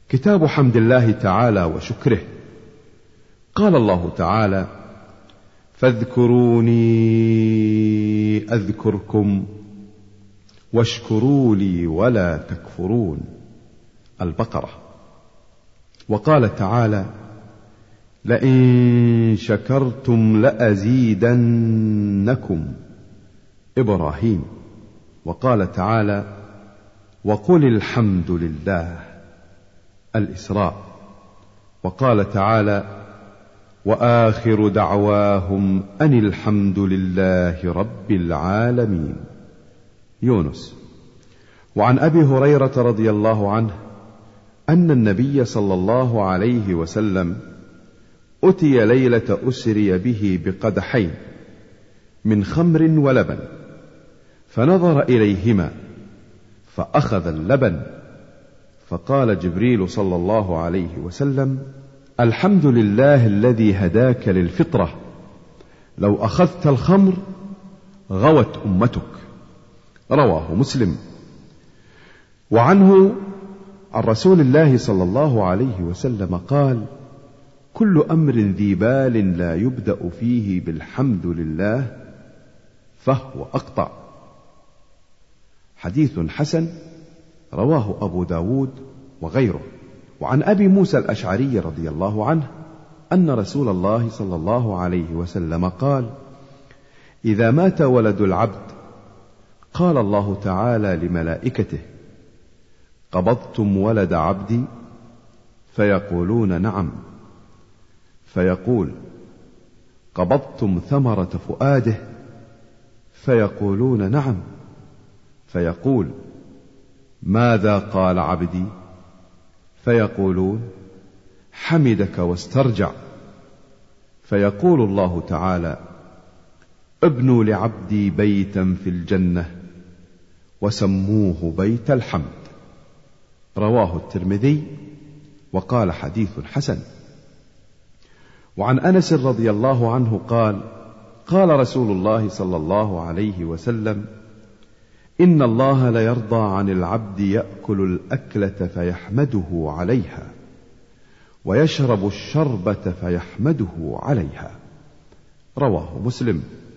كتاب حمد الله تعالى وشكره. قال الله تعالى: فاذكروني أذكركم واشكروا لي ولا تكفرون. البقرة. وقال تعالى: لئن شكرتم لأزيدنكم. إبراهيم. وقال تعالى: وقل الحمد لله. الإسراء. وقال تعالى: وآخر دعواهم أن الحمد لله رب العالمين. يونس. وعن أبي هريرة رضي الله عنه أن النبي صلى الله عليه وسلم أتي ليلة أسري به بقدحين من خمر ولبن، فنظر إليهما فأخذ اللبن، فقال جبريل صلى الله عليه وسلم: الحمد لله الذي هداك للفطرة، لو أخذت الخمر غوت أمتك. رواه مسلم. وعنه عن رسول الله صلى الله عليه وسلم قال: كل أمر ذي بال لا يبدأ فيه بالحمد لله فهو أقطع. حديث حسن رواه أبو داود وغيره. وعن أبي موسى الأشعري رضي الله عنه أن رسول الله صلى الله عليه وسلم قال: إذا مات ولد العبد قال الله تعالى لملائكته: قبضتم ولد عبدي؟ فيقولون: نعم. فيقول: قبضتم ثمرة فؤاده؟ فيقولون: نعم. فيقول: ماذا قال عبدي؟ فيقولون: حمدك واسترجع. فيقول الله تعالى: ابنوا لعبدي بيتا في الجنة وسموه بيت الحمد. رواه الترمذي وقال: حديث حسن. وعن أنس رضي الله عنه قال: قال رسول الله صلى الله عليه وسلم: إن الله ليرضى عن العبد يأكل الأكلة فيحمده عليها، ويشرب الشربة فيحمده عليها. رواه مسلم.